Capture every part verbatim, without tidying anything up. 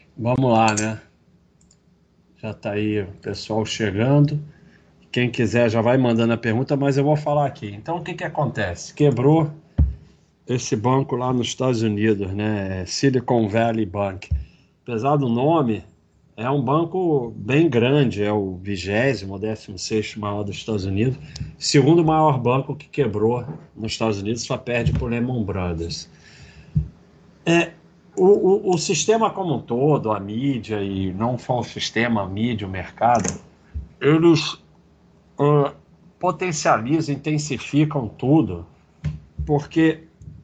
Vamos lá, né? Já tá aí o pessoal chegando. Quem quiser já vai mandando a pergunta, mas eu vou falar aqui. Então, o que que acontece? Quebrou esse banco lá nos Estados Unidos, né? Silicon Valley Bank. Apesar do nome, é um banco bem grande, é o vigésimo, décimo sexto maior dos Estados Unidos. Segundo maior banco que quebrou nos Estados Unidos, só perde por Lehman Brothers. É, o, o, o sistema como um todo, a mídia, e não só o sistema, a mídia, o mercado, eles é, potencializam, intensificam tudo, porque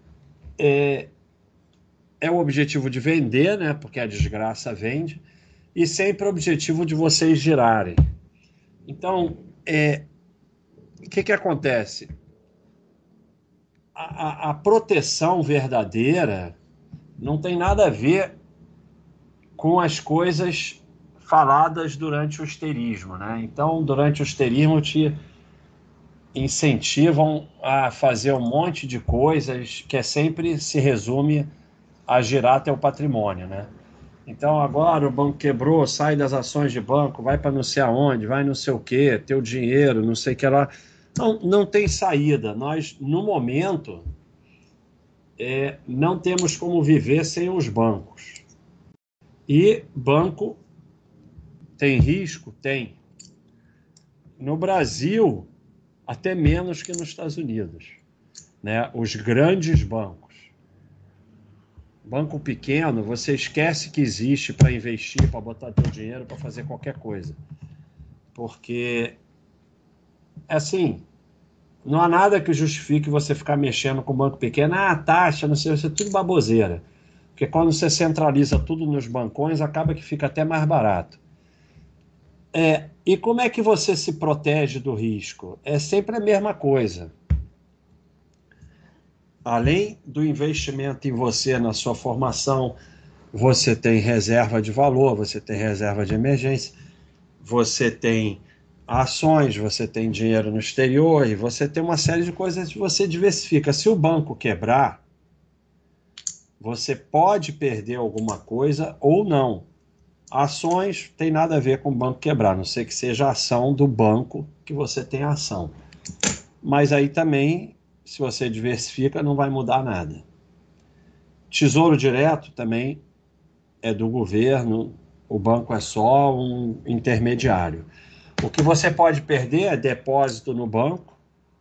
é o objetivo de vender, né? Porque a desgraça vende, e sempre o objetivo de vocês girarem. Então, é, o que, que acontece? A, a, a proteção verdadeira não tem nada a ver com as coisas faladas durante o histerismo, né? Então, durante o histerismo, te incentivam a fazer um monte de coisas que é sempre se resume a girar teu patrimônio, né? Então agora o banco quebrou, sai das ações de banco, vai para não sei aonde, vai não sei o quê, teu dinheiro, não sei o que lá. Não, não tem saída. Nós, no momento, é, não temos como viver sem os bancos. E banco tem risco? Tem. No Brasil, até menos que nos Estados Unidos, né? Os grandes bancos. Banco pequeno, você esquece que existe para investir, para botar teu dinheiro, para fazer qualquer coisa. Porque, assim, não há nada que justifique você ficar mexendo com banco pequeno. Ah, taxa, não sei, isso é tudo baboseira. Porque quando você centraliza tudo nos bancões, acaba que fica até mais barato. É, e como é que você se protege do risco? É sempre a mesma coisa. Além do investimento em você, na sua formação, você tem reserva de valor, você tem reserva de emergência, você tem ações, você tem dinheiro no exterior e você tem uma série de coisas que você diversifica. Se o banco quebrar, você pode perder alguma coisa ou não. Ações tem nada a ver com o banco quebrar, a não ser que seja a ação do banco que você tem a ação. Mas aí também, se você diversifica, não vai mudar nada. Tesouro direto também é do governo, o banco é só um intermediário. O que você pode perder é depósito no banco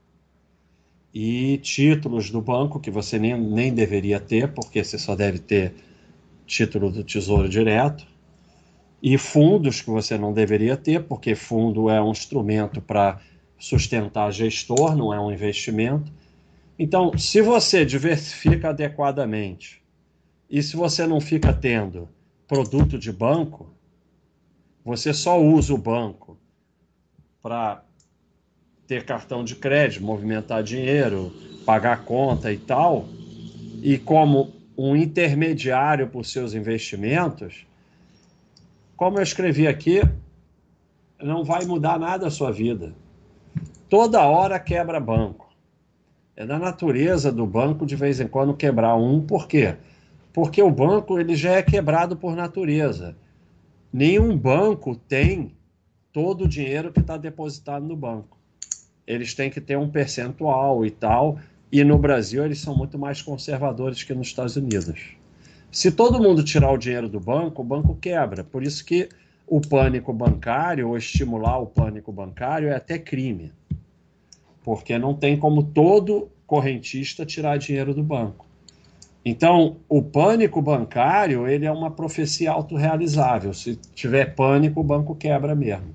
e títulos do banco, que você nem, nem deveria ter, porque você só deve ter título do Tesouro Direto, e fundos que você não deveria ter, porque fundo é um instrumento para sustentar gestor, não é um investimento. Então, se você diversifica adequadamente e se você não fica tendo produto de banco, você só usa o banco para ter cartão de crédito, movimentar dinheiro, pagar conta e tal, e como um intermediário para os seus investimentos, como eu escrevi aqui, não vai mudar nada a sua vida. Toda hora quebra banco. É da natureza do banco de vez em quando quebrar um. Por quê? Porque o banco ele já é quebrado por natureza. Nenhum banco tem todo o dinheiro que está depositado no banco. Eles têm que ter um percentual e tal, e no Brasil eles são muito mais conservadores que nos Estados Unidos. Se todo mundo tirar o dinheiro do banco, o banco quebra. Por isso que o pânico bancário, ou estimular o pânico bancário, é até crime. Porque não tem como todo correntista tirar dinheiro do banco. Então, o pânico bancário, ele é uma profecia autorrealizável. Se tiver pânico, o banco quebra mesmo.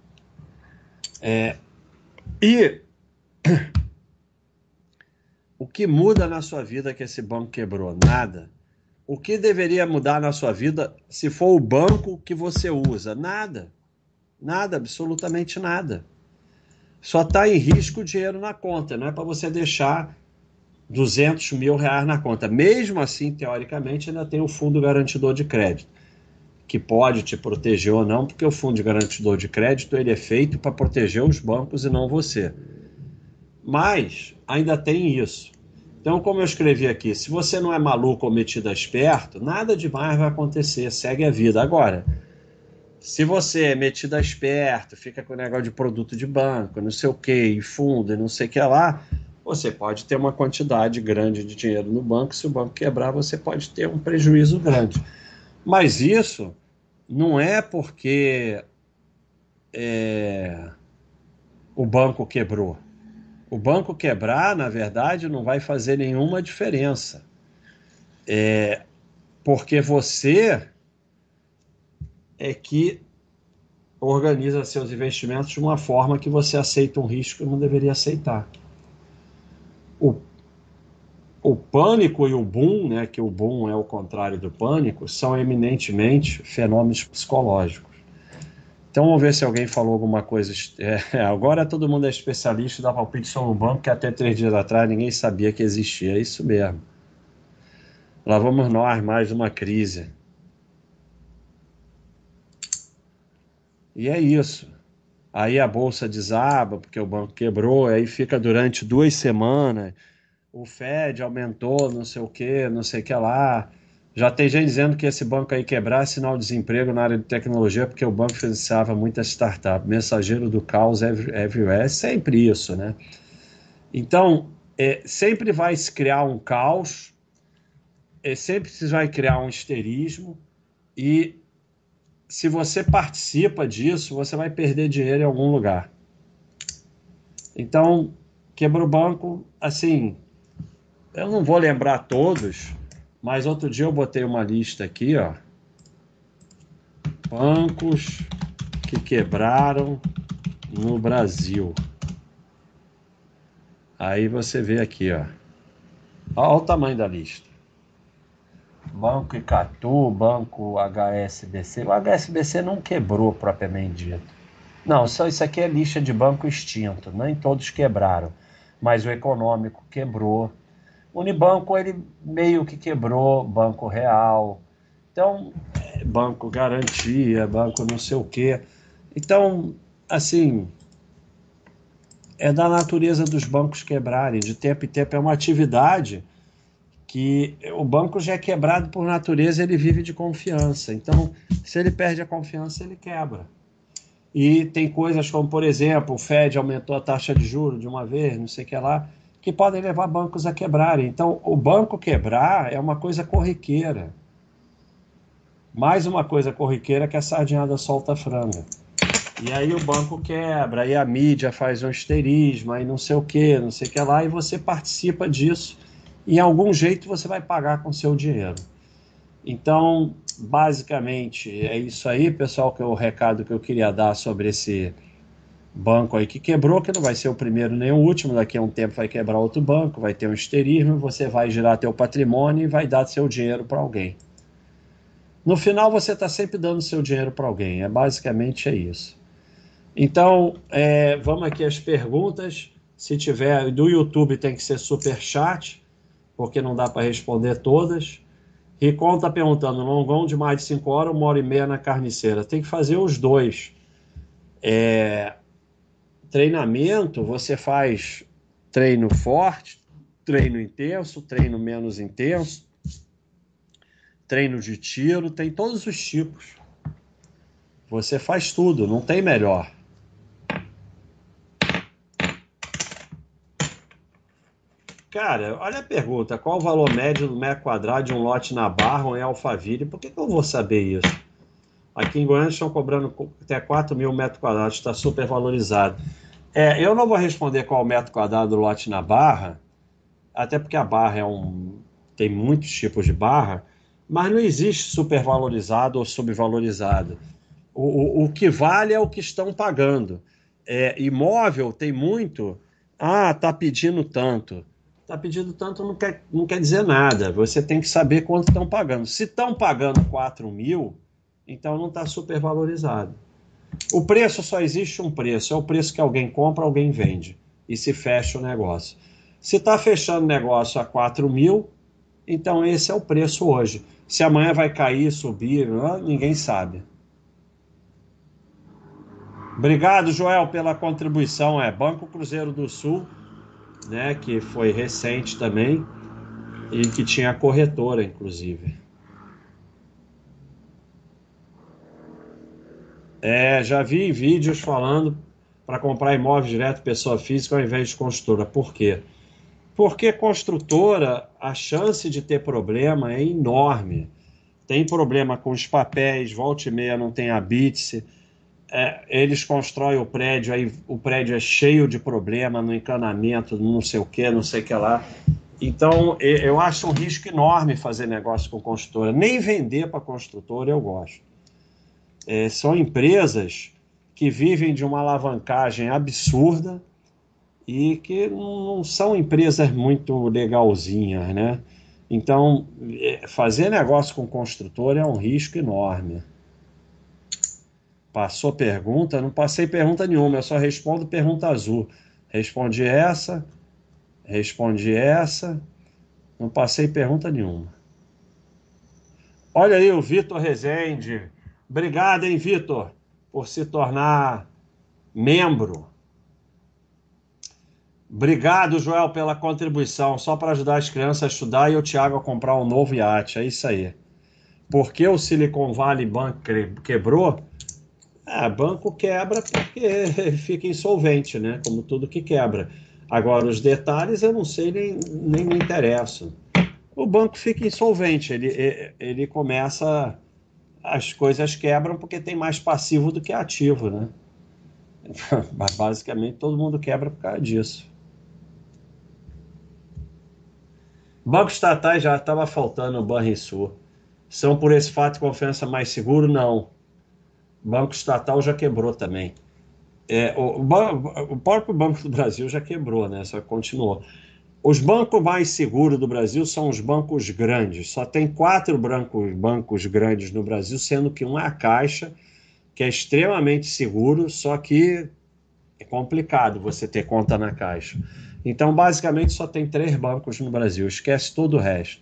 É, e o que muda na sua vida que esse banco quebrou? Nada. O que deveria mudar na sua vida se for o banco que você usa? Nada. Nada, absolutamente nada. Só está em risco o dinheiro na conta. Não é para você deixar duzentos mil reais na conta. Mesmo assim, teoricamente, ainda tem o fundo garantidor de crédito, que pode te proteger ou não, porque o fundo garantidor de crédito ele é feito para proteger os bancos e não você. Mas ainda tem isso. Então, como eu escrevi aqui, se você não é maluco ou metido a esperto, nada demais vai acontecer, segue a vida. Agora, se você é metido a esperto, fica com o negócio de produto de banco, não sei o que, e fundo, e não sei o que lá, você pode ter uma quantidade grande de dinheiro no banco. Se o banco quebrar, você pode ter um prejuízo grande. Mas isso não é porque é, o banco quebrou. O banco quebrar, na verdade, não vai fazer nenhuma diferença. É porque você é que organiza seus investimentos de uma forma que você aceita um risco que não deveria aceitar. O, o pânico e o boom, né, que o boom é o contrário do pânico, são eminentemente fenômenos psicológicos. Então vamos ver se alguém falou alguma coisa. É, agora todo mundo é especialista e dá palpite sobre um banco que até três dias atrás ninguém sabia que existia. É isso mesmo. Lá vamos nós, mais uma crise. E é isso. Aí a bolsa desaba porque o banco quebrou, aí fica durante duas semanas. O Fed aumentou, não sei o que, não sei o que lá. Já tem gente dizendo que esse banco aí quebrar é sinal de desemprego na área de tecnologia, porque o banco financiava muitas startups. Mensageiro do caos everywhere. É sempre isso, né? Então, é, sempre vai se criar um caos, é, sempre se vai criar um histerismo, e se você participa disso, você vai perder dinheiro em algum lugar. Então, quebrou o banco, assim, eu não vou lembrar todos, mas outro dia eu botei uma lista aqui, ó. Bancos que quebraram no Brasil. Aí você vê aqui, ó. Olha o tamanho da lista. Banco Icatu, Banco H S B C. O H S B C não quebrou propriamente dito. Não, só isso aqui é lista de banco extinto. Nem todos quebraram, mas o Econômico quebrou. Unibanco, ele meio que quebrou, Banco Real. Então, Banco Garantia, Banco não sei o quê. Então, assim, é da natureza dos bancos quebrarem. De tempo em tempo é uma atividade que o banco já é quebrado por natureza, ele vive de confiança. Então, se ele perde a confiança, ele quebra. E tem coisas como, por exemplo, o Fed aumentou a taxa de juros de uma vez, não sei o que lá, que podem levar bancos a quebrarem. Então, o banco quebrar é uma coisa corriqueira. Mais uma coisa corriqueira que a sardinhada solta a franga. E aí o banco quebra, aí a mídia faz um histerismo, aí não sei o que, não sei o que lá, e você participa disso. E em algum jeito você vai pagar com seu dinheiro. Então, basicamente, é isso aí, pessoal, que é o recado que eu queria dar sobre esse banco aí que quebrou, que não vai ser o primeiro nem o último, daqui a um tempo vai quebrar outro banco, vai ter um histerismo, você vai girar teu patrimônio e vai dar seu dinheiro para alguém. No final, você está sempre dando seu dinheiro para alguém, é basicamente é isso. Então, é, vamos aqui às perguntas. Se tiver, do YouTube tem que ser super chat, porque não dá para responder todas. Ricon está perguntando, longão de mais de cinco horas, uma hora e meia na carniceira. Tem que fazer os dois. É, treinamento, você faz treino forte, treino intenso, treino menos intenso, treino de tiro, tem todos os tipos. Você faz tudo, não tem melhor. Cara, olha a pergunta, qual o valor médio do metro quadrado de um lote na Barra ou em Alphaville? Por que que eu vou saber isso? Aqui em Goiânia estão cobrando até quatro mil metros quadrados, está super valorizado. É, eu não vou responder qual o metro quadrado do lote na Barra, até porque a Barra é um, tem muitos tipos de Barra, mas não existe supervalorizado ou subvalorizado. O, o, o que vale é o que estão pagando. É, imóvel tem muito, ah, tá pedindo tanto. Tá pedindo tanto não quer, não quer dizer nada. Você tem que saber quanto estão pagando. Se estão pagando quatro mil, então não está supervalorizado. O preço só existe um preço, é o preço que alguém compra, alguém vende. E se fecha o negócio. Se está fechando o negócio a quatro mil, então esse é o preço hoje. Se amanhã vai cair, subir, ninguém sabe. Obrigado, Joel, pela contribuição. É Banco Cruzeiro do Sul, né, que foi recente também. e que tinha corretora, inclusive. É, já vi vídeos falando para comprar imóvel direto pessoa física ao invés de construtora. Por quê? Porque construtora, a chance de ter problema é enorme. Tem problema com os papéis, volta e meia não tem habite-se. É, eles constroem o prédio, aí o prédio é cheio de problema no encanamento, não sei o que, não sei o que lá. Então, eu acho um risco enorme fazer negócio com construtora. Nem vender para construtora eu gosto. É, são empresas que vivem de uma alavancagem absurda e que não são empresas muito legalzinhas, né? Então, é, fazer negócio com construtora é um risco enorme. Passou pergunta? Não passei pergunta nenhuma, eu só respondo pergunta azul. Respondi essa, respondi essa, não passei pergunta nenhuma. Olha aí o Vitor Rezende. Obrigado, hein, Vitor, por se tornar membro. Obrigado, Joel, pela contribuição. Só para ajudar as crianças a estudar e o Thiago a comprar um novo iate. É isso aí. Por que o Silicon Valley Bank quebrou? Ah, banco quebra porque fica insolvente, né? Como tudo que quebra. Agora, os detalhes eu não sei, nem, nem me interesso. O banco fica insolvente, ele, ele começa. As coisas quebram porque tem mais passivo do que ativo, né? Basicamente, todo mundo quebra por causa disso. Bancos estatais já estava faltando no Banrisul. São por esse fato de confiança mais seguro? Não. Banco estatal já quebrou também. É, o, o próprio Banco do Brasil já quebrou, né? Só continuou. Os bancos mais seguros do Brasil são os bancos grandes. Só tem quatro bancos, bancos grandes no Brasil, sendo que um é a Caixa, que é extremamente seguro, só que é complicado você ter conta na Caixa. Então, basicamente, só tem três bancos no Brasil. Esquece todo o resto.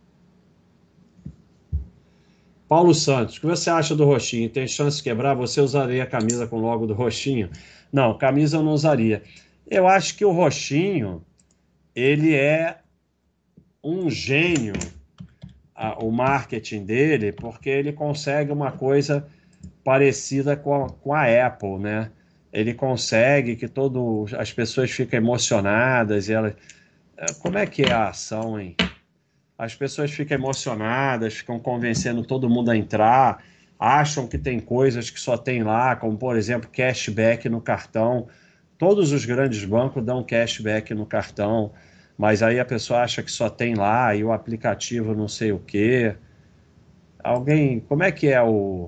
Paulo Santos, o que você acha do roxinho? Tem chance de quebrar? Você usaria a camisa com o logo do roxinho? Não, camisa eu não usaria. Eu acho que o roxinho, ele é um gênio, a, o marketing dele, porque ele consegue uma coisa parecida com a, com a Apple, né? Ele consegue que todo, as pessoas fiquem emocionadas e elas... Como é que é a ação, hein? As pessoas ficam emocionadas, ficam convencendo todo mundo a entrar, acham que tem coisas que só tem lá, como, por exemplo, cashback no cartão. Todos os grandes bancos dão cashback no cartão, mas aí a pessoa acha que só tem lá e o aplicativo não sei o quê. Alguém, como é que é o...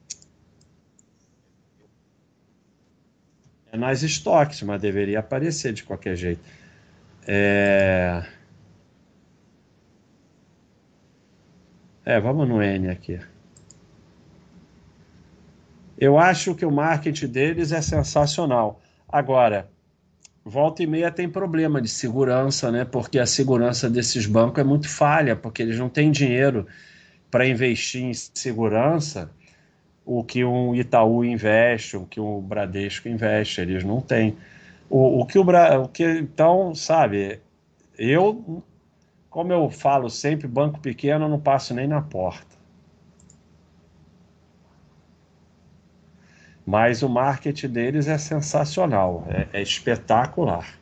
É nas estoques, mas deveria aparecer de qualquer jeito. É... É, vamos no N aqui. Eu acho que o marketing deles é sensacional. Agora, volta e meia tem problema de segurança, né? Porque a segurança desses bancos é muito falha, porque eles não têm dinheiro para investir em segurança o que um Itaú investe, o que um Bradesco investe, eles não têm. O, o que o, Bra... o que então, sabe, eu, como eu falo sempre, banco pequeno eu não passo nem na porta. Mas o marketing deles é sensacional, é, é espetacular.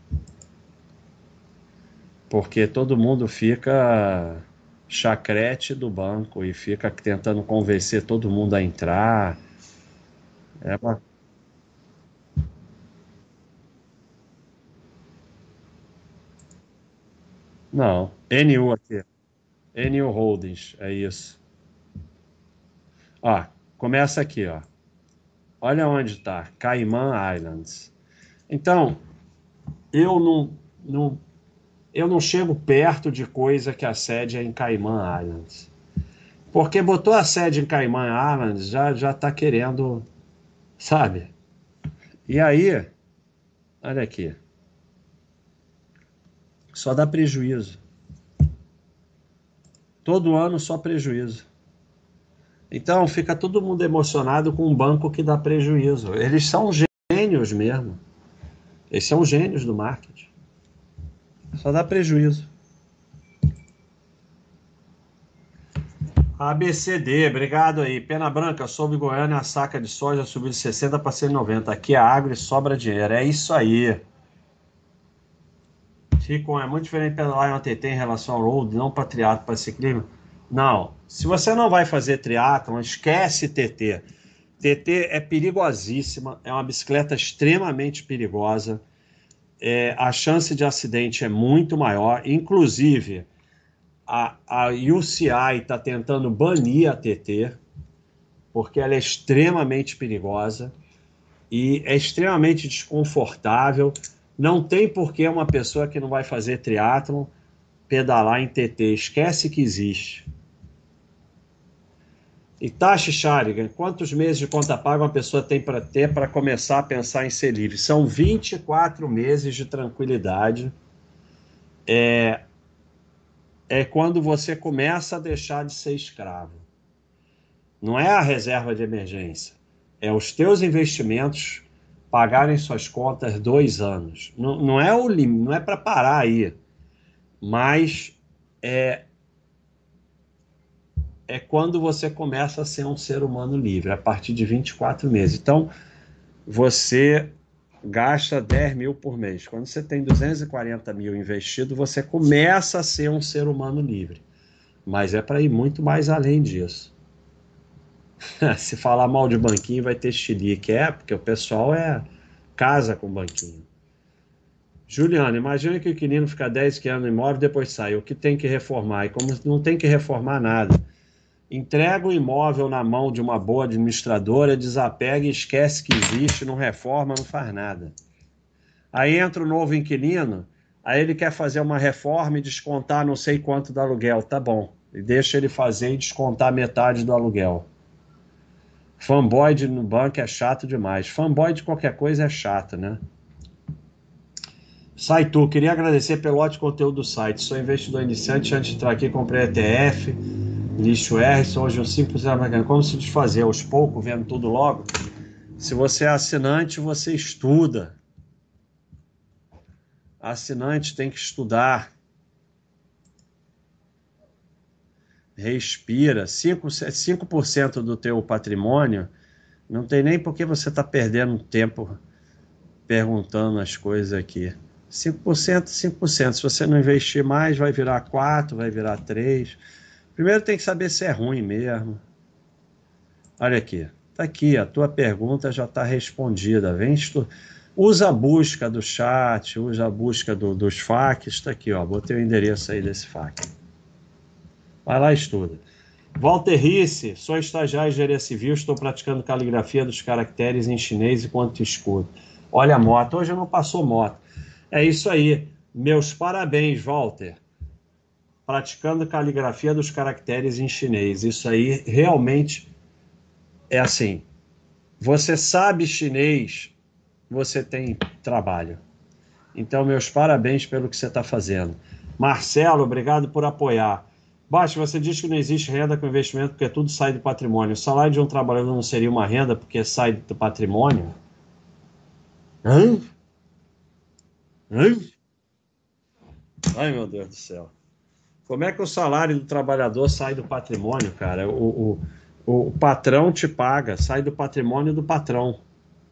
Porque todo mundo fica chacrete do banco e fica tentando convencer todo mundo a entrar. É uma... Não, N U aqui. N U Holdings, é isso. Ó, começa aqui, ó. Olha onde está, Cayman Islands. Então, eu não, não, eu não chego perto de coisa que a sede é em Cayman Islands. Porque botou a sede em Cayman Islands, já já está querendo, sabe? E aí, olha aqui, só dá prejuízo. Todo ano só prejuízo. Então fica todo mundo emocionado com um banco que dá prejuízo. Eles são gênios mesmo. Eles são gênios do marketing. Só dá prejuízo. A B C D, obrigado aí. Pena Branca, soube Goiânia, a saca de soja subiu de sessenta para cento e noventa. Aqui é agro e sobra dinheiro. É isso aí. Chico, é muito diferente pedalar em uma T T em relação ao road, não para triatlo, para ciclismo. Não. Se você não vai fazer triatlon, esquece T T. T T é perigosíssima, é uma bicicleta extremamente perigosa. É, a chance de acidente é muito maior. Inclusive, a, a U C I está tentando banir a T T, porque ela é extremamente perigosa e é extremamente desconfortável. Não tem por que uma pessoa que não vai fazer triatlon pedalar em T T. Esquece que existe. E Tashi Sharigan, quantos meses de conta paga uma pessoa tem para ter para começar a pensar em ser livre? São vinte e quatro meses de tranquilidade. É, é quando você começa a deixar de ser escravo. Não é a reserva de emergência. É os teus investimentos pagarem suas contas dois anos. Não, não é o limite, não é para parar aí. Mas é, é quando você começa a ser um ser humano livre, a partir de vinte e quatro meses. Então, você gasta dez mil por mês. Quando você tem duzentos e quarenta mil investido, você começa a ser um ser humano livre. Mas é para ir muito mais além disso. Se falar mal de banquinho, vai ter xilique. É, porque o pessoal é casa com banquinho. Juliana, imagina que o inquilino fica dez anos no imóvel e depois sai. O que tem que reformar? E como não tem que reformar nada. Entrega o imóvel na mão de uma boa administradora, desapega e esquece que existe, não reforma, não faz nada. Aí entra o novo inquilino, aí ele quer fazer uma reforma e descontar não sei quanto do aluguel. Tá bom, e deixa ele fazer e descontar metade do aluguel. Fanboy de, no banco é chato demais. Fanboy de qualquer coisa é chato, né? Saitu, queria agradecer pelo ótimo conteúdo do site. Sou investidor iniciante, antes de entrar aqui comprei E T F, lixo R, sou hoje um cinco por cento. Como se desfazer? Aos poucos, vendo tudo logo? Se você é assinante, você estuda. Assinante tem que estudar. Respira. cinco por cento do teu patrimônio, não tem nem por que você está perdendo tempo perguntando as coisas aqui. cinco por cento, cinco por cento. Se você não investir mais, vai virar quatro, vai virar três. Primeiro tem que saber se é ruim mesmo. Olha aqui. Está aqui, a tua pergunta já está respondida. Vem estu... Usa a busca do chat, usa a busca do, dos F A Qs. Está aqui, ó. Botei o endereço aí desse F A Q. Vai lá e estuda. Walter Risse, sou estagiário de engenharia civil, estou praticando caligrafia dos caracteres em chinês enquanto escudo. Olha a moto, hoje não passou moto. É isso aí. Meus parabéns, Walter. Praticando caligrafia dos caracteres em chinês. Isso aí realmente é assim. Você sabe chinês, você tem trabalho. Então, meus parabéns pelo que você está fazendo. Marcelo, obrigado por apoiar. Baixo, você diz que não existe renda com investimento porque tudo sai do patrimônio. O salário de um trabalhador não seria uma renda porque sai do patrimônio? Hã? Hã? Ai, meu Deus do céu. Como é que o salário do trabalhador sai do patrimônio, cara? O, o, o patrão te paga, sai do patrimônio do patrão.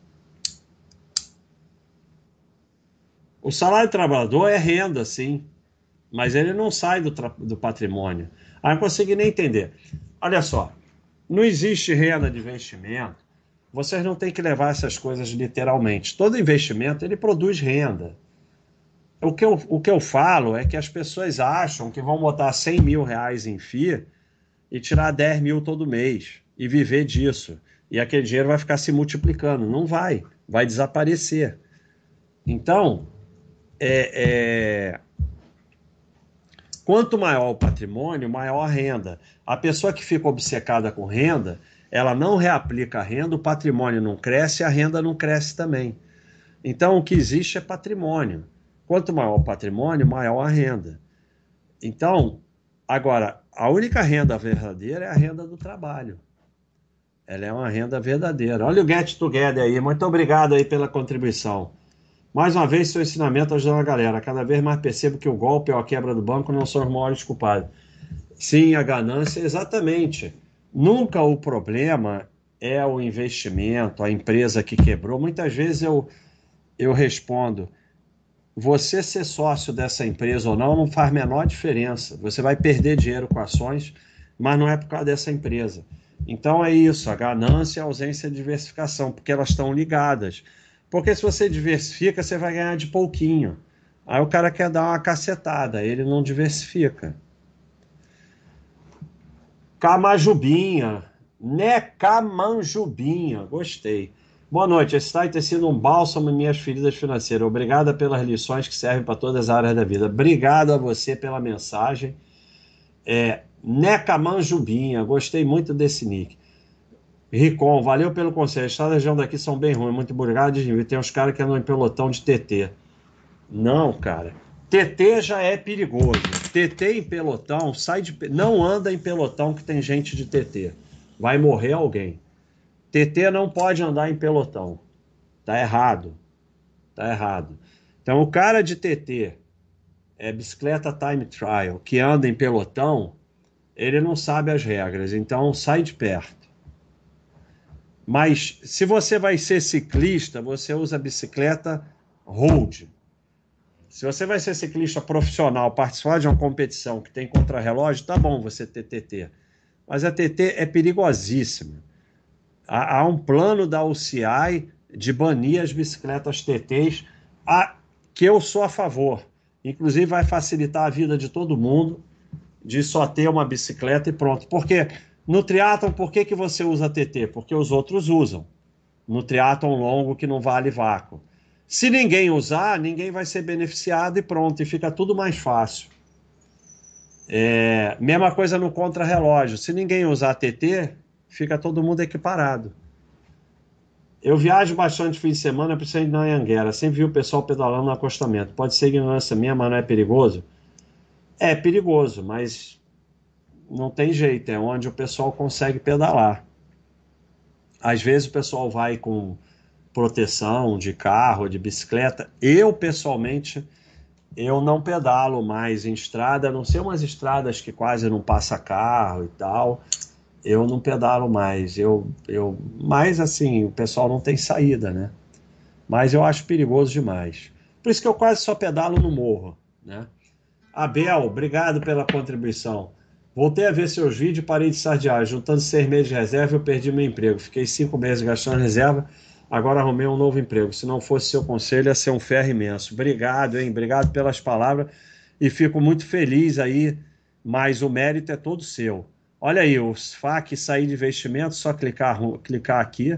O salário do trabalhador é renda, sim, mas ele não sai do, do patrimônio. Ah, não consegui nem entender. Olha só, não existe renda de investimento. Vocês não têm que levar essas coisas literalmente. Todo investimento, ele produz renda. O que, eu, o que eu falo é que as pessoas acham que vão botar cem mil reais em F I e tirar dez mil todo mês e viver disso. E aquele dinheiro vai ficar se multiplicando. Não vai, vai desaparecer. Então, é, é... quanto maior o patrimônio, maior a renda. A pessoa que fica obcecada com renda, ela não reaplica a renda, o patrimônio não cresce, a renda não cresce também. Então, o que existe é patrimônio. Quanto maior o patrimônio, maior a renda. Então, agora, a única renda verdadeira é a renda do trabalho. Ela é uma renda verdadeira. Olha o Get Together aí. Muito obrigado aí pela contribuição. Mais uma vez, seu ensinamento ajudando a galera. Cada vez mais percebo que o golpe ou a quebra do banco não são os maiores culpados. Sim, a ganância, exatamente. Nunca o problema é o investimento, a empresa que quebrou. Muitas vezes eu, eu respondo: você ser sócio dessa empresa ou não não faz a menor diferença. Você vai perder dinheiro com ações, mas não é por causa dessa empresa. Então é isso, a ganância e a ausência de diversificação, porque elas estão ligadas. Porque se você diversifica, você vai ganhar de pouquinho. Aí o cara quer dar uma cacetada, ele não diversifica. Camajubinha, né? Camanjubinha, gostei. Boa noite, esse site tem sido um bálsamo em minhas feridas financeiras. Obrigada pelas lições que servem para todas as áreas da vida. Obrigado a você pela mensagem. É, Neca Manjubinha, gostei muito desse nick. Ricom, valeu pelo conselho. As estradas de daqui são bem ruins, muito obrigado. Tem uns caras que andam em pelotão de T T. Não, cara. T T já é perigoso. T T em pelotão, sai de. Não anda em pelotão que tem gente de T T. Vai morrer alguém. T T não pode andar em pelotão. Tá errado. Tá errado. Então, o cara de T T, é bicicleta time trial, que anda em pelotão, ele não sabe as regras. Então, sai de perto. Mas, se você vai ser ciclista, você usa bicicleta road. Se você vai ser ciclista profissional, participar de uma competição que tem contrarrelógio, tá bom você ter T T. Mas a T T é perigosíssima. Há, há um plano da U C I de banir as bicicletas T Ts, a, que eu sou a favor. Inclusive vai facilitar a vida de todo mundo de só ter uma bicicleta e pronto. Porque no triatlon, por que, que você usa T T? Porque os outros usam. No triatlon longo que não vale vácuo. Se ninguém usar, ninguém vai ser beneficiado e pronto, e fica tudo mais fácil. É, mesma coisa no contrarrelógio. Se ninguém usar T T, fica todo mundo equiparado. Eu viajo bastante fim de semana, principalmente na Anhanguera. Sempre vi o pessoal pedalando no acostamento. Pode ser ignorância minha, mas não é perigoso? É perigoso, mas não tem jeito. É onde o pessoal consegue pedalar. Às vezes o pessoal vai com proteção de carro, de bicicleta. Eu, pessoalmente, eu não pedalo mais em estrada, a não ser umas estradas que quase não passa carro e tal. Eu não pedalo mais. Eu, eu, mas, assim, o pessoal não tem saída, né? Mas eu acho perigoso demais. Por isso que eu quase só pedalo no morro, né? Abel, obrigado pela contribuição. Voltei a ver seus vídeos e parei de sardear. Juntando seis meses de reserva, eu perdi meu emprego. Fiquei cinco meses gastando reserva. Agora arrumei um novo emprego. Se não fosse seu conselho, ia ser um ferro imenso. Obrigado, hein? Obrigado pelas palavras. E fico muito feliz aí, mas o mérito é todo seu. Olha aí, o S F A Q sair de investimento, só clicar, clicar aqui.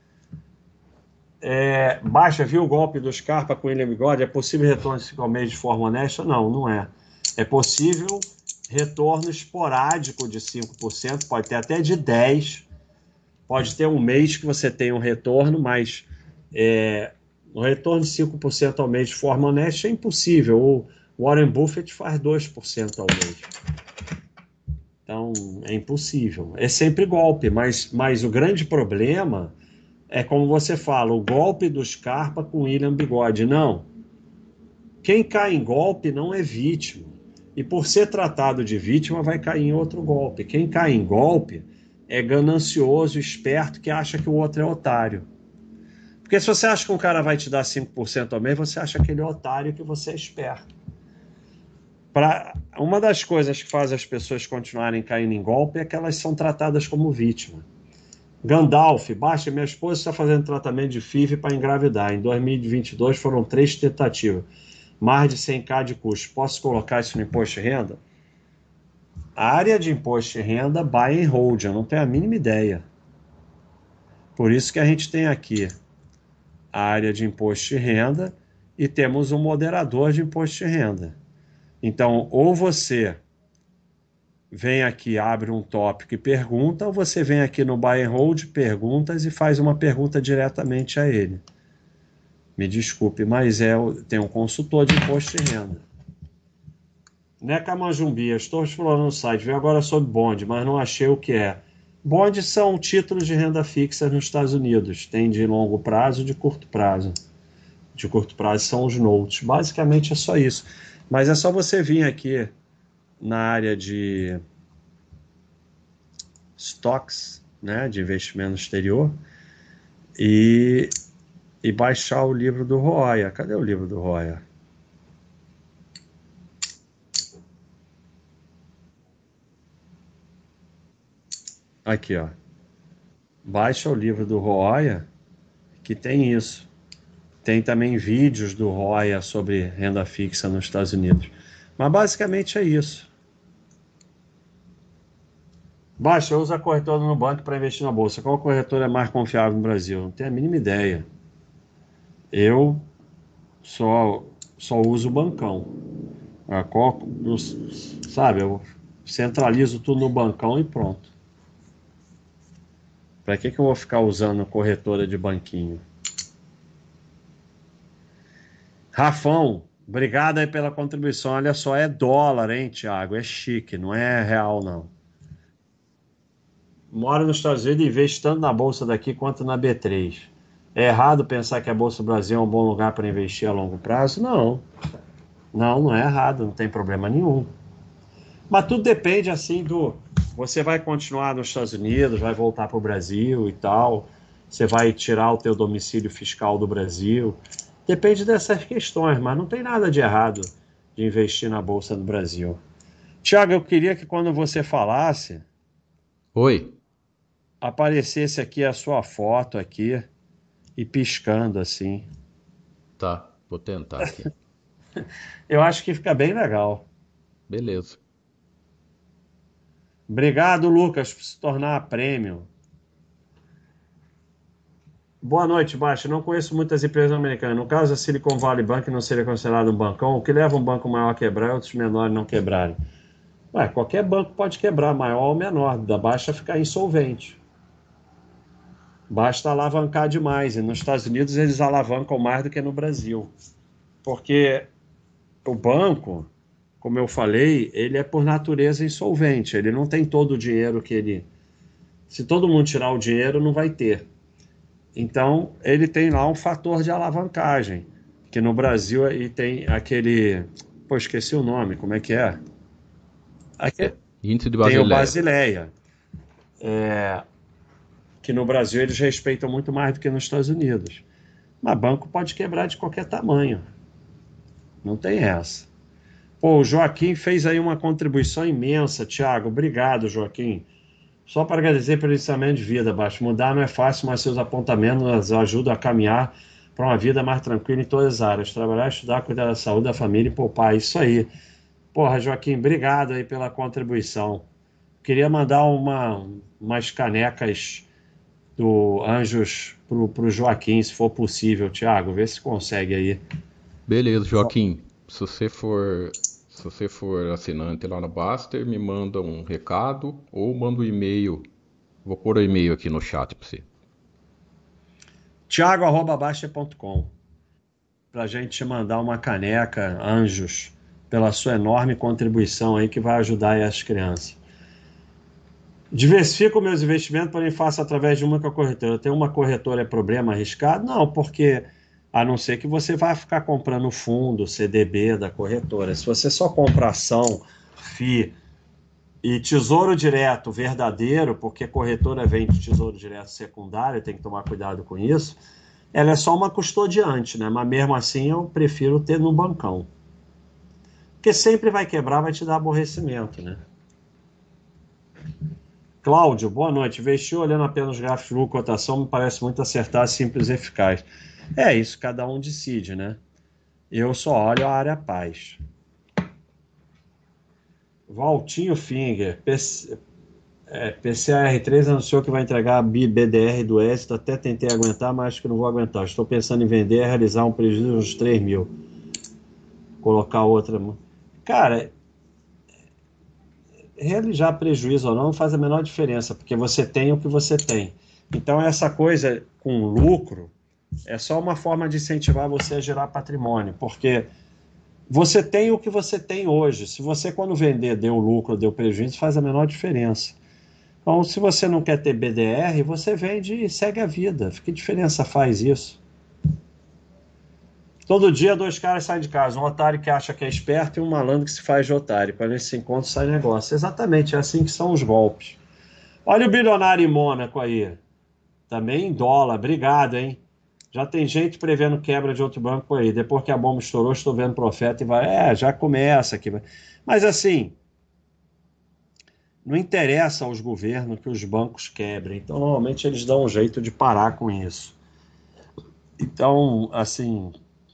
É, baixa, viu o golpe do Scarpa com William Bigode? É possível retorno de cinco meses de forma honesta? Não, não é. É possível retorno esporádico de cinco por cento, pode ter até de dez por cento. Pode ter um mês que você tem um retorno, mas é, um retorno de cinco por cento ao mês de forma honesta é impossível. O Warren Buffett faz dois por cento ao mês. Então, é impossível. É sempre golpe, mas, mas o grande problema é como você fala, o golpe do Scarpa com William Bigode. Não. Quem cai em golpe não é vítima. E por ser tratado de vítima, vai cair em outro golpe. Quem cai em golpe é ganancioso, esperto, que acha que o outro é otário. Porque se você acha que um cara vai te dar cinco por cento ao mês, você acha que ele é otário e que você é esperto. Pra... Uma das coisas que faz as pessoas continuarem caindo em golpe é que elas são tratadas como vítima. Gandalf, baixa, minha esposa está fazendo tratamento de F I V para engravidar. Em dois mil e vinte e dois foram três tentativas. Mais de cem mil de custo. Posso colocar isso no imposto de renda? A área de imposto de renda, buy and hold, eu não tenho a mínima ideia. Por isso que a gente tem aqui a área de imposto de renda e temos um moderador de imposto de renda. Então, ou você vem aqui, abre um tópico e pergunta, ou você vem aqui no buy and hold, perguntas e faz uma pergunta diretamente a ele. Me desculpe, mas é, tem um consultor de imposto de renda. Neca Manjumbi, estou explorando o site, veio agora sobre bonde, mas não achei o que é. Bondes são títulos de renda fixa nos Estados Unidos. Tem de longo prazo e de curto prazo. De curto prazo são os notes. Basicamente é só isso. Mas é só você vir aqui na área de Stocks, né, de investimento no exterior, e, e baixar o livro do Roya. Cadê o livro do Roya? Aqui, ó. Baixa o livro do Roya, que tem isso. Tem também vídeos do Roya sobre renda fixa nos Estados Unidos. Mas basicamente é isso. Baixa, usa a corretora no banco para investir na bolsa. Qual corretora é mais confiável no Brasil? Não tenho a mínima ideia. Eu só, só uso o bancão. A qual, sabe, eu centralizo tudo no bancão e pronto. Para que, que eu vou ficar usando corretora de banquinho? Rafão, obrigado aí pela contribuição. Olha só, é dólar, hein, Thiago? É chique, não é real, não. Moro nos Estados Unidos e investo tanto na bolsa daqui quanto na B três. É errado pensar que a Bolsa do Brasil é um bom lugar para investir a longo prazo? Não. Não, não é errado, não tem problema nenhum. Mas tudo depende, assim, do... Você vai continuar nos Estados Unidos, vai voltar para o Brasil e tal. Você vai tirar o teu domicílio fiscal do Brasil. Depende dessas questões, mas não tem nada de errado de investir na Bolsa do Brasil. Tiago, eu queria que quando você falasse, Oi. aparecesse aqui a sua foto aqui e piscando assim. Tá, vou tentar aqui. Eu acho que fica bem legal. Beleza. Obrigado, Lucas, por se tornar prêmio. Boa noite, Baixa. Não conheço muitas empresas americanas. No caso, a Silicon Valley Bank não seria considerado um bancão. O que leva um banco maior a quebrar e outros menores não quebrarem? Ué, qualquer banco pode quebrar, maior ou menor. Da Baixa ficar insolvente. Basta alavancar demais. E nos Estados Unidos eles alavancam mais do que no Brasil. Porque o banco, como eu falei, ele é por natureza insolvente. Ele não tem todo o dinheiro que ele... Se todo mundo tirar o dinheiro, não vai ter. Então, ele tem lá um fator de alavancagem, que no Brasil ele tem aquele... Pô, esqueci o nome, como é que é? Aqui, Índice de tem o Basileia. Basileia, que no Brasil eles respeitam muito mais do que nos Estados Unidos. Mas banco pode quebrar de qualquer tamanho. Não tem essa. Pô, o Joaquim fez aí uma contribuição imensa, Thiago. Obrigado, Joaquim. Só para agradecer pelo ensinamento de vida, Baixo. Mudar não é fácil, mas seus apontamentos ajudam a caminhar para uma vida mais tranquila em todas as áreas. Trabalhar, estudar, cuidar da saúde da família e poupar. Isso aí. Porra, Joaquim, obrigado aí pela contribuição. Queria mandar uma, umas canecas do Anjos pro, pro Joaquim, se for possível, Thiago. Vê se consegue aí. Beleza, Joaquim. Se você for, se você for assinante lá na Baster, me manda um recado ou manda um e-mail. Vou pôr o e-mail aqui no chat para você. Thiago arroba baixa ponto com para a gente te mandar uma caneca, Anjos, pela sua enorme contribuição aí que vai ajudar aí as crianças. Diversifico meus investimentos, porém faço através de uma única corretora. Ter uma corretora é problema arriscado? Não, porque a não ser que você vá ficar comprando fundo, C D B da corretora. Se você só compra ação, F I e tesouro direto verdadeiro, porque corretora vende tesouro direto secundário, tem que tomar cuidado com isso, ela é só uma custodiante, né? Mas mesmo assim eu prefiro ter no bancão. Porque sempre vai quebrar, vai te dar aborrecimento, né? Cláudio, boa noite. Investir olhando apenas gráficos de lucro e cotação me parece muito acertado, simples e eficaz. É isso, cada um decide, né? Eu só olho a área paz. Valtinho Finger, P C, é, P C A R três anunciou que vai entregar a B D R do Êxito. Até tentei aguentar, mas acho que não vou aguentar. Estou pensando em vender e realizar um prejuízo de uns três mil. Colocar outra. Cara, realizar prejuízo ou não faz a menor diferença, porque você tem o que você tem. Então, essa coisa com lucro é só uma forma de incentivar você a gerar patrimônio, porque você tem o que você tem hoje. Se você, quando vender, deu lucro, deu prejuízo, faz a menor diferença. Então, se você não quer ter B D R, você vende e segue a vida. Que diferença faz isso? Todo dia, dois caras saem de casa. Um otário que acha que é esperto e um malandro que se faz de otário. Quando eles se encontram, sai negócio. Exatamente, é assim que são os golpes. Olha o bilionário em Mônaco aí. Também em dólar. Obrigado, hein? Já tem gente prevendo quebra de outro banco aí. Depois que a bomba estourou, estou vendo profeta e vai. É, já começa aqui. Mas assim, não interessa aos governos que os bancos quebrem. Então, normalmente, eles dão um jeito de parar com isso. Então, assim,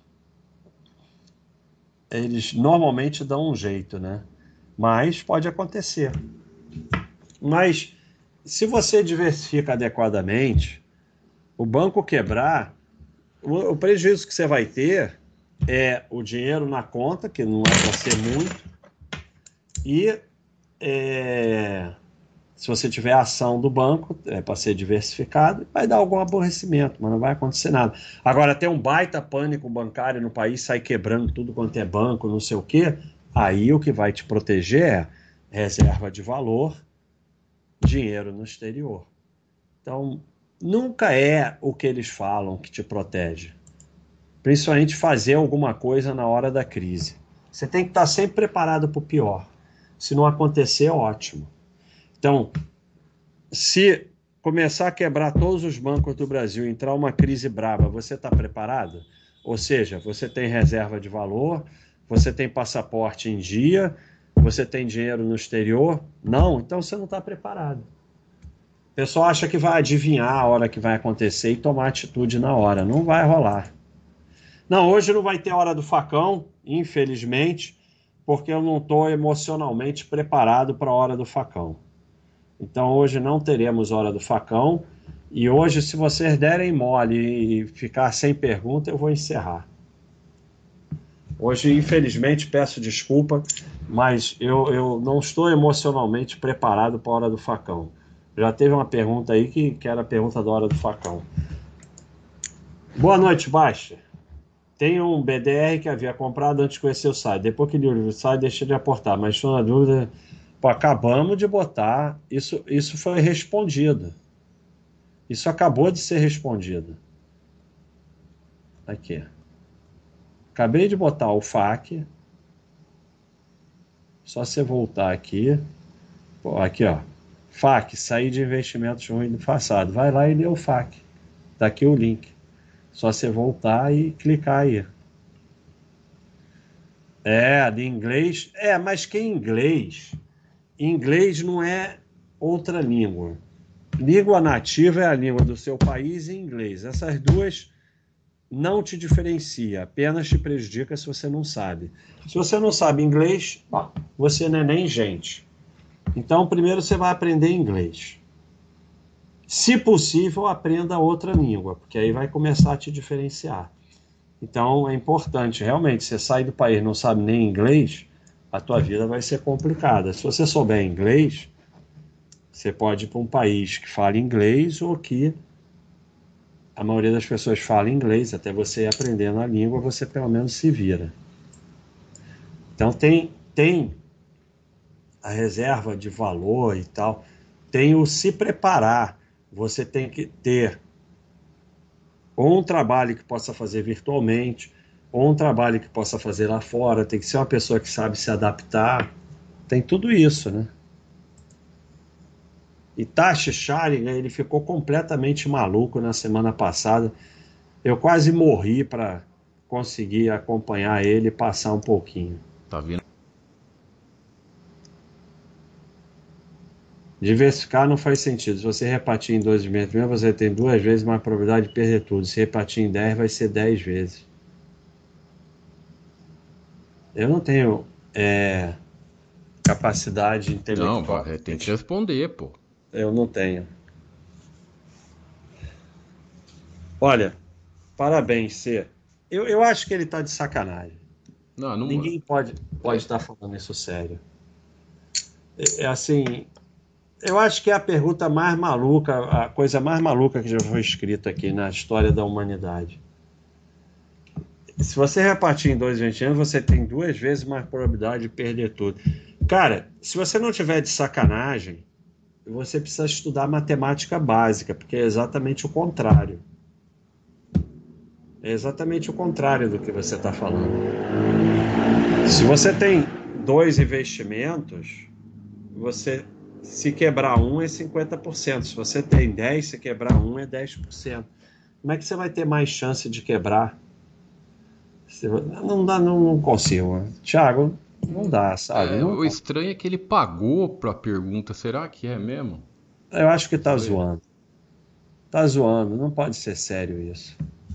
eles normalmente dão um jeito, né? Mas pode acontecer. Mas se você diversifica adequadamente, o banco quebrar, o, o prejuízo que você vai ter é o dinheiro na conta, que não é para ser muito, e é, se você tiver ação do banco, é para ser diversificado, vai dar algum aborrecimento, mas não vai acontecer nada. Agora, tem um baita pânico bancário no país, sai quebrando tudo quanto é banco, não sei o quê, aí o que vai te proteger é reserva de valor, dinheiro no exterior. Então, nunca é o que eles falam que te protege. Principalmente fazer alguma coisa na hora da crise. Você tem que estar sempre preparado para o pior. Se não acontecer, ótimo. Então, se começar a quebrar todos os bancos do Brasil, entrar uma crise brava, você está preparado? Ou seja, você tem reserva de valor, você tem passaporte em dia, você tem dinheiro no exterior? Não, então você não está preparado. O pessoal acha que vai adivinhar a hora que vai acontecer e tomar atitude na hora. Não vai rolar. Não, hoje não vai ter hora do facão, infelizmente, porque eu não estou emocionalmente preparado para a hora do facão. Então hoje não teremos hora do facão. E hoje, se vocês derem mole e ficar sem pergunta, eu vou encerrar. Hoje, infelizmente, peço desculpa, mas eu, eu não estou emocionalmente preparado para a hora do facão. Já teve uma pergunta aí que, que era a pergunta da hora do facão. Boa noite, Baixa. Tem um B D R que havia comprado antes de conhecer o site. Depois que li o site, deixei de aportar. Mas estou na dúvida. Pô, acabamos de botar. Isso, isso foi respondido. Isso acabou de ser respondido. Aqui. Acabei de botar o F A Q. Só você voltar aqui. Pô, aqui, ó. F A Q, sair de investimentos ruins do passado. Vai lá e lê o F A Q. Tá aqui o link. Só você voltar e clicar aí. É, de inglês. É, mas que inglês? Inglês não é outra língua. Língua nativa é a língua do seu país e inglês. Essas duas não te diferencia, apenas te prejudica se você não sabe. Se você não sabe inglês, você não é nem gente. Então, primeiro você vai aprender inglês. Se possível, aprenda outra língua, porque aí vai começar a te diferenciar. Então, é importante, realmente, você sai do país e não sabe nem inglês, a tua vida vai ser complicada. Se você souber inglês, você pode ir para um país que fala inglês ou que a maioria das pessoas fala inglês, até você aprendendo a língua, você pelo menos se vira. Então, tem, tem a reserva de valor e tal, tem o se preparar. Você tem que ter ou um trabalho que possa fazer virtualmente, ou um trabalho que possa fazer lá fora, tem que ser uma pessoa que sabe se adaptar, tem tudo isso, né? E Tashi Sharigan, ele ficou completamente maluco na semana passada, eu quase morri para conseguir acompanhar ele e passar um pouquinho. Tá vendo? Diversificar não faz sentido. Se você repartir em dois investimentos, você tem duas vezes mais probabilidade de perder tudo. Se repartir em dez, vai ser dez vezes. Eu não tenho é, capacidade intelectual. Não, tem que responder, pô. Eu não tenho. Olha, parabéns, Cê. Eu, eu acho que ele tá de sacanagem. Não, não... Ninguém pode pode estar falando isso sério. É, é assim... Eu acho que é a pergunta mais maluca, a coisa mais maluca que já foi escrita aqui na história da humanidade. Se você repartir em dois investimentos, você tem duas vezes mais probabilidade de perder tudo. Cara, se você não tiver de sacanagem, você precisa estudar matemática básica, porque é exatamente o contrário. É exatamente o contrário do que você está falando. Se você tem dois investimentos, você Se quebrar um é cinquenta por cento. Se você tem dez, se quebrar um é dez por cento. Como é que você vai ter mais chance de quebrar? Você- Não dá, não, não consigo. Thiago, não dá, sabe? É, Não o dá. estranho é que ele pagou pra pergunta. Será que é mesmo? Eu acho que tá Vamos ver. zoando. Tá zoando, não pode ser sério isso.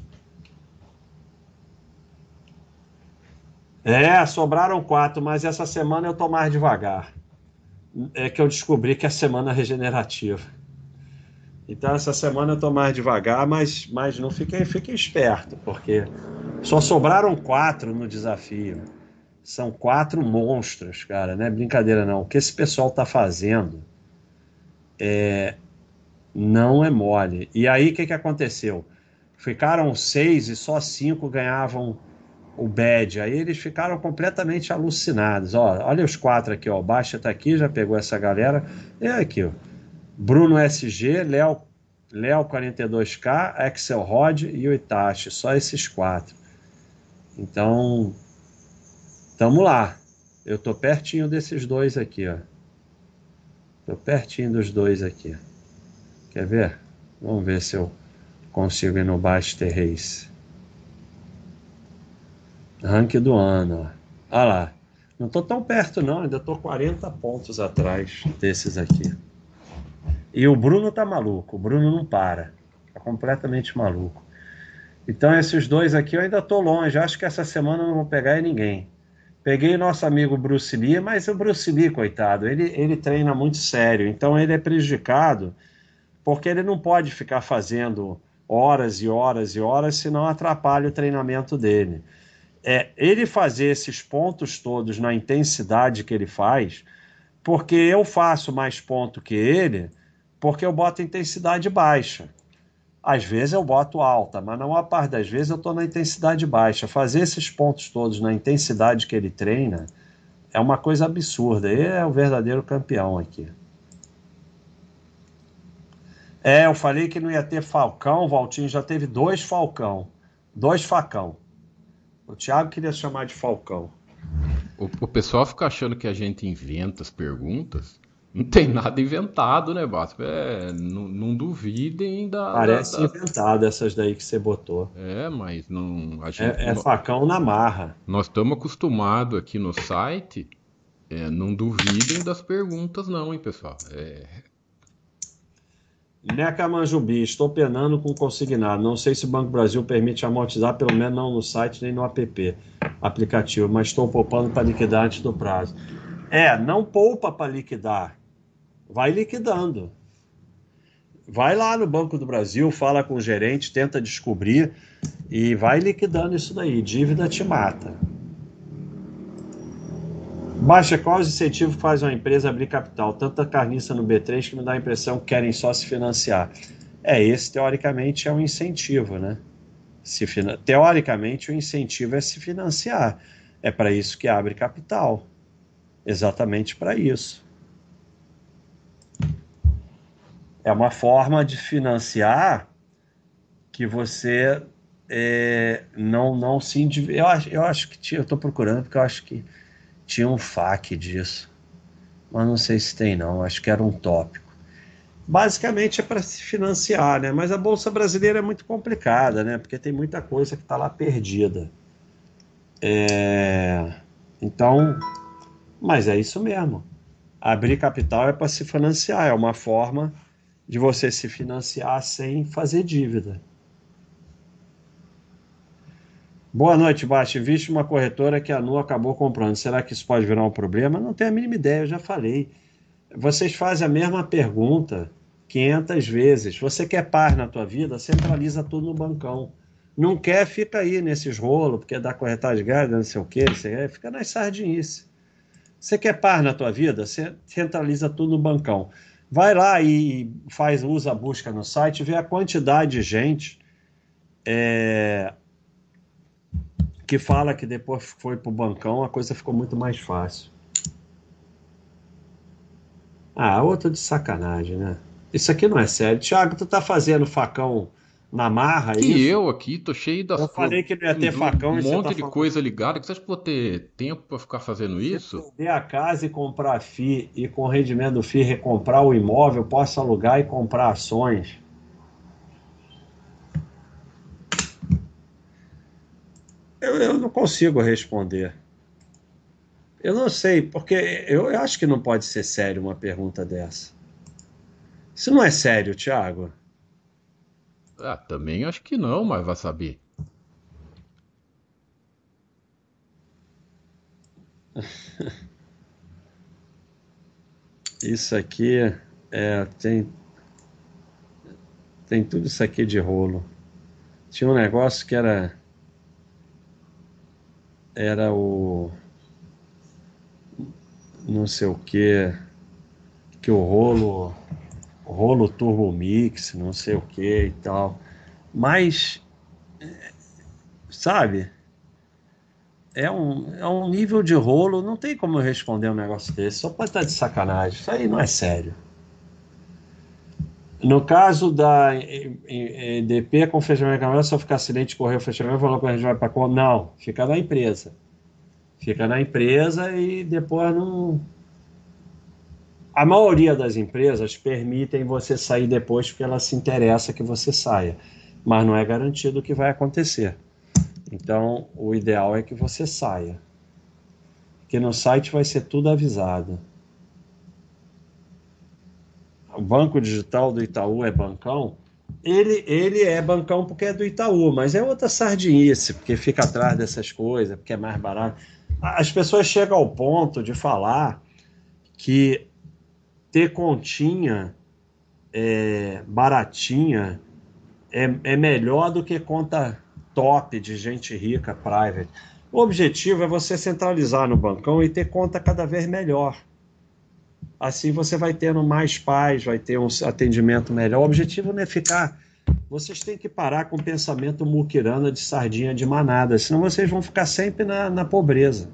É, sobraram quatro, mas essa semana eu tô mais devagar. É que eu descobri que é semana regenerativa. Então essa semana eu tô mais devagar, mas, mas não fiquem, fiquem esperto, porque só sobraram quatro no desafio. São quatro monstros, cara, não é brincadeira não. O que esse pessoal tá fazendo não é mole. E aí o que, que aconteceu? Ficaram seis e só cinco ganhavam o badge. Aí eles ficaram completamente alucinados. Ó, olha os quatro aqui, ó. O Baixa tá aqui, já pegou essa galera. É aqui, ó. Bruno S G, Léo Léo quarenta e dois K, Axel Rod e o Itachi. Só esses quatro. Então, tamo lá. Eu tô pertinho desses dois aqui, ó. Tô pertinho dos dois aqui. Quer ver? Vamos ver se eu consigo ir no Baster Race. Rank do ano, ó. Olha lá. Não tô tão perto não, ainda tô quarenta pontos atrás desses aqui. E o Bruno tá maluco, o Bruno não para. Tá completamente maluco. Então esses dois aqui eu ainda tô longe, acho que essa semana eu não vou pegar ninguém. Peguei nosso amigo Bruce Lee, mas o Bruce Lee, coitado, ele, ele treina muito sério, então ele é prejudicado porque ele não pode ficar fazendo horas e horas e horas, senão atrapalha o treinamento dele. É ele fazer esses pontos todos na intensidade que ele faz, porque eu faço mais ponto que ele, porque eu boto intensidade baixa. Às vezes eu boto alta, mas na maior parte das vezes eu estou na intensidade baixa. Fazer esses pontos todos na intensidade que ele treina é uma coisa absurda. Ele é o verdadeiro campeão aqui. É, eu falei que não ia ter Falcão, o Valtinho já teve dois Falcão, dois facão. O Thiago queria chamar de Falcão. O, o pessoal fica achando que a gente inventa as perguntas. Não tem nada inventado, né, Basco? É, não, não duvidem da, da- Parece das. inventado essas daí que você botou. É, mas não, a gente, É, é nó- facão na marra. nós estamos acostumados aqui no site. É, não duvidem das perguntas, não, hein, pessoal. É, Neca Manjubi, estou penando com consignado. Não sei se o Banco Brasil permite amortizar, pelo menos não no site nem no app, aplicativo, mas estou poupando para liquidar antes do prazo. É, não poupa para liquidar. Vai liquidando. Vai lá no Banco do Brasil, fala com o gerente, tenta descobrir e vai liquidando isso daí. Dívida te mata. Baixa, qual os incentivos que faz uma empresa abrir capital? Tanta carniça no B três que me dá a impressão que querem só se financiar. É, esse teoricamente é um incentivo, né? Se, teoricamente, o incentivo é se financiar. É para isso que abre capital. Exatamente para isso. É uma forma de financiar que você é, não, não se endividar. Eu acho, eu acho que tinha, eu estou procurando porque eu acho que tinha um F A Q disso. Mas não sei se tem, não. Acho que era um tópico. Basicamente é para se financiar, né? Mas a Bolsa Brasileira é muito complicada, né? Porque tem muita coisa que está lá perdida. É... Então, mas é isso mesmo. Abrir capital é para se financiar, é uma forma de você se financiar sem fazer dívida. Boa noite, Basti. Viste uma corretora que a Nu acabou comprando. Será que isso pode virar um problema? Não tenho a mínima ideia, eu já falei. Vocês fazem a mesma pergunta quinhentas vezes. Você quer paz na tua vida? Centraliza tudo no bancão. Não quer, fica aí nesses rolos, porque dá corretagem de gás, não sei o quê, fica nas sardinices. Você quer paz na tua vida? Você centraliza tudo no bancão. Vai lá e faz, usa a busca no site, vê a quantidade de gente é, que fala que depois foi pro bancão, a coisa ficou muito mais fácil. Ah, outra de sacanagem, né? Isso aqui não é sério. Thiago, tu tá fazendo facão na marra, é Que isso? eu aqui tô cheio das Eu coisas, falei que não ia ter um facão e você tá monte de falando. coisa ligada. Que você acha que eu vou ter tempo pra ficar fazendo Se isso? vender a casa e comprar F I e com o rendimento do F I recomprar o imóvel, posso alugar e comprar ações. Eu, eu não consigo responder. Eu não sei, porque eu, eu acho que não pode ser sério uma pergunta dessa. Isso não é sério, Thiago. Ah, também acho que não, mas vai saber. Isso aqui é, tem, tem tudo isso aqui de rolo. Tinha um negócio que era, era o não sei o que, que o rolo, rolo Turbo Mix, não sei o que e tal. Mas, sabe, é um, é um nível de rolo, não tem como eu responder um negócio desse, só pode estar de sacanagem. Isso aí não é sério. No caso da E- E- EDP com fechamento de câmera, se eu ficar acidente, correr o fechamento, falou que a gente vai para qual? Não, fica na empresa. Fica na empresa e depois não. A maioria das empresas permitem você sair depois porque ela se interessa que você saia, mas não é garantido que vai acontecer. Então, o ideal é que você saia, que no site vai ser tudo avisado. O banco digital do Itaú é bancão. Ele, ele é bancão porque é do Itaú, mas é outra sardinice, porque fica atrás dessas coisas, porque é mais barato. As pessoas chegam ao ponto de falar que ter continha é, baratinha é, é melhor do que conta top de gente rica, private. O objetivo é você centralizar no bancão e ter conta cada vez melhor. Assim você vai tendo mais paz, vai ter um atendimento melhor. O objetivo não é ficar. Vocês têm que parar com o pensamento muquirana de sardinha de manada, senão vocês vão ficar sempre na, na pobreza.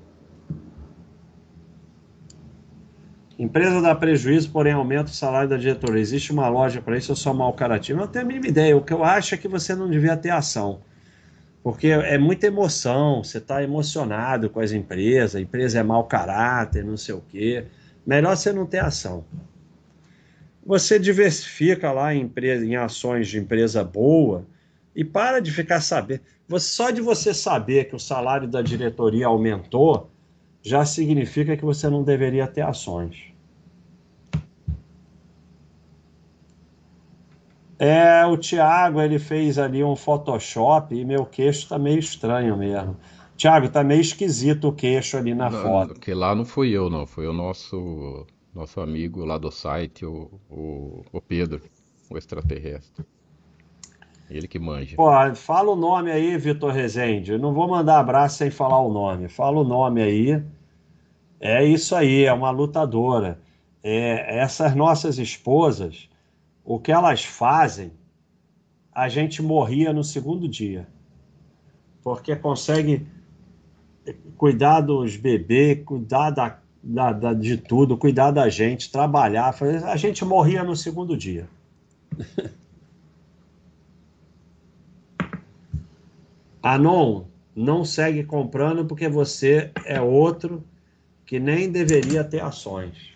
Empresa dá prejuízo, porém aumenta o salário da diretoria. Existe uma loja para isso ou só mau caratismo? Eu não tenho a mínima ideia. O que eu acho é que você não devia ter ação. Porque é muita emoção, você está emocionado com as empresas, a empresa é mau caráter, não sei o quê. Melhor você não ter ação. Você diversifica lá em, empresa, em ações de empresa boa e para de ficar sabendo. Você, só de você saber que o salário da diretoria aumentou, já significa que você não deveria ter ações. É, o Thiago, ele fez ali um Photoshop e meu queixo tá meio estranho mesmo. Thiago, tá meio esquisito o queixo ali na Não, foto. que lá não fui eu, não. Foi o nosso, nosso amigo lá do site, o, o, o Pedro, o extraterrestre. Ele que manja. Pô, fala o nome aí, Vitor Rezende. Eu não vou mandar abraço sem falar o nome. Fala o nome aí. É isso aí, é uma lutadora. É, essas nossas esposas, o que elas fazem, a gente morria no segundo dia. Porque consegue cuidar dos bebês, cuidar da, da, da- de tudo, cuidar da gente, trabalhar. A gente morria no segundo dia. Anon, não segue comprando porque você é outro que nem deveria ter ações.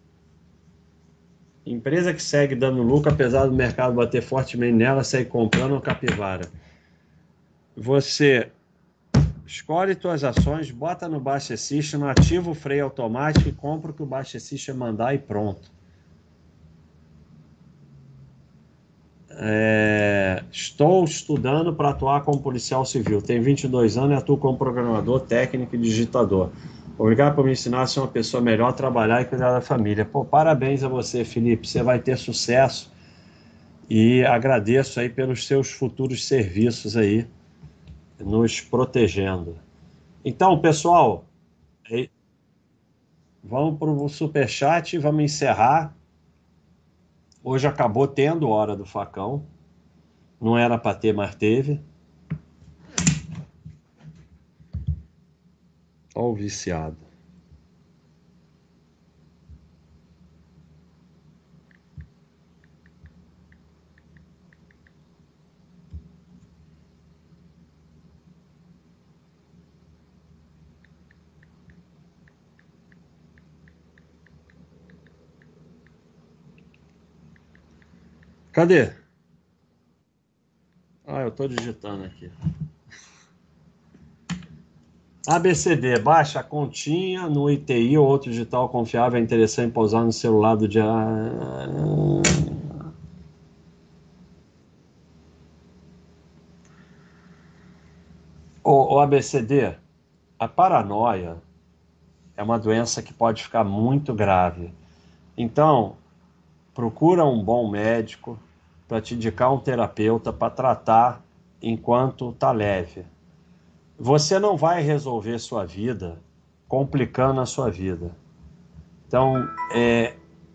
Empresa que segue dando lucro, apesar do mercado bater fortemente nela, segue comprando uma capivara. Você escolhe suas ações, bota no Baixa System, ativa o freio automático e compra o que o Baixa System mandar e pronto. É, estou estudando para atuar como policial civil. Tenho vinte e dois anos e atuo como programador, técnico e digitador. Obrigado por me ensinar a ser uma pessoa melhor, trabalhar e cuidar da família. Pô, parabéns a você, Felipe. Você vai ter sucesso e agradeço aí pelos seus futuros serviços aí, nos protegendo. Então, pessoal, é- vamos para o superchat e vamos encerrar. Hoje acabou tendo hora do facão. Não era para ter, mas teve. Olha o viciado. Cadê? Ah, eu estou digitando aqui. A B C D, baixa a continha no I T I ou outro digital confiável, é interessante pousar no celular do dia. O, o A B C D, a paranoia é uma doença que pode ficar muito grave. Então, procura um bom médico para te indicar um terapeuta para tratar enquanto está leve. Você não vai resolver sua vida complicando a sua vida. Então, é,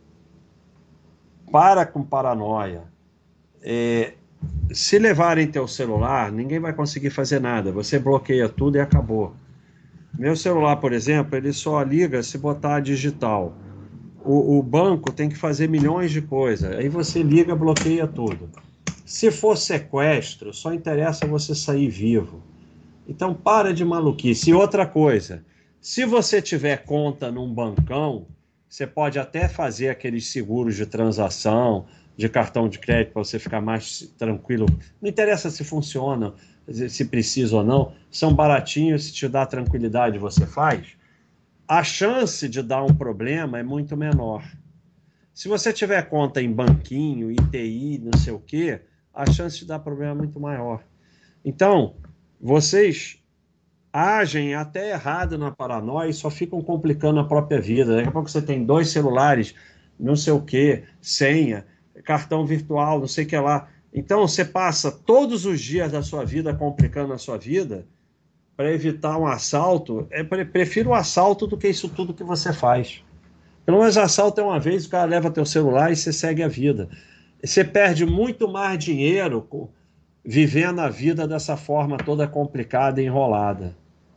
para com paranoia. É, se levarem teu celular, ninguém vai conseguir fazer nada. Você bloqueia tudo e acabou. Meu celular, por exemplo, ele só liga se botar digital. O, o banco tem que fazer milhões de coisas. Aí você liga, bloqueia tudo. Se for sequestro, só interessa você sair vivo. Então para de maluquice. E outra coisa, se você tiver conta num bancão, você pode até fazer aqueles seguros de transação, de cartão de crédito, para você ficar mais tranquilo. Não interessa se funciona, se precisa ou não, são baratinhos, se te dá tranquilidade, você faz. A chance de dar um problema é muito menor. Se você tiver conta em banquinho, I T I, não sei o quê, a chance de dar problema é muito maior. Então, vocês agem até errado na paranoia e só ficam complicando a própria vida. Daqui a pouco você tem dois celulares, não sei o quê, senha, cartão virtual, não sei o que lá. Então, você passa todos os dias da sua vida complicando a sua vida para evitar um assalto. É, prefiro o assalto do que isso tudo que você faz. Pelo menos assalto é uma vez, o cara leva teu celular e você segue a vida. Você perde muito mais dinheiro vivendo a vida dessa forma toda complicada e enrolada.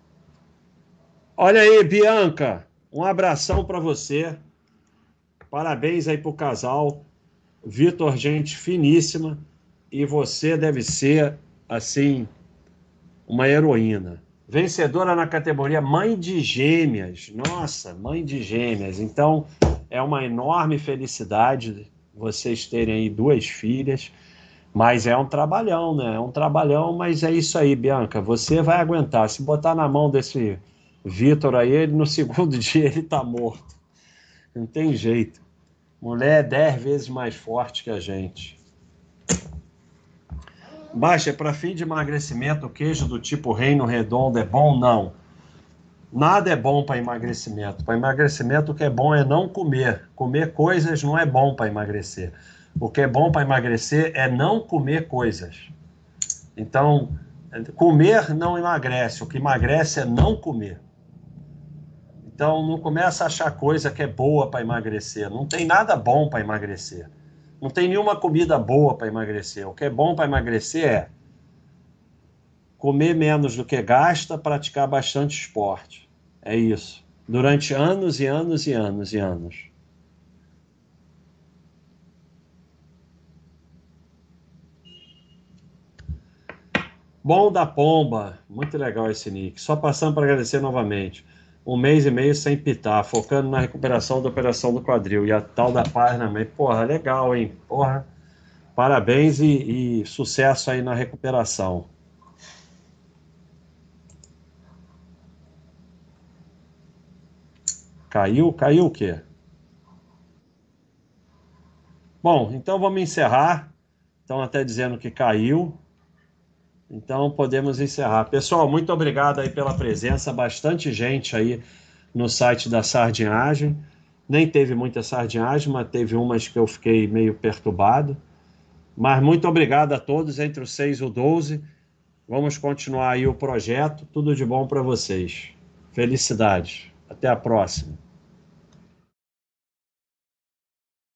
Olha aí, Bianca, um abração para você. Parabéns aí pro casal. Vitor, gente finíssima. E você deve ser, assim, uma heroína. Vencedora na categoria Mãe de Gêmeas. Nossa, Mãe de Gêmeas. Então, é uma enorme felicidade vocês terem aí duas filhas. Mas é um trabalhão, né? É um trabalhão, mas é isso aí, Bianca. Você vai aguentar. Se botar na mão desse Vitor aí, ele, no segundo dia ele tá morto. Não tem jeito. Mulher é dez vezes mais forte que a gente. Baixa, para fim de emagrecimento, o queijo do tipo reino redondo é bom? Não. Nada é bom para emagrecimento. Para emagrecimento, o que é bom é não comer. Comer coisas não é bom para emagrecer. O que é bom para emagrecer é não comer coisas. Então, comer não emagrece. O que emagrece é não comer. Então, não começa a achar coisa que é boa para emagrecer. Não tem nada bom para emagrecer. Não tem nenhuma comida boa para emagrecer. O que é bom para emagrecer é comer menos do que gasta, praticar bastante esporte. É isso. Durante anos e anos e anos e anos. Bom da pomba. Muito legal esse nick. Só passando para agradecer novamente. Um mês e meio sem pitar, focando na recuperação da operação do quadril. E a tal da página, porra, legal, hein? Porra, parabéns e, e sucesso aí na recuperação. Caiu? Caiu o quê? Bom, então vamos encerrar. Estão até dizendo que caiu. Então podemos encerrar. Pessoal, muito obrigado aí pela presença. Bastante gente aí no site da sardinhagem. Nem teve muita sardinhagem, mas teve umas que eu fiquei meio perturbado. Mas muito obrigado a todos, entre o seis e o doze. Vamos continuar aí o projeto. Tudo de bom para vocês. Felicidades. Até a próxima.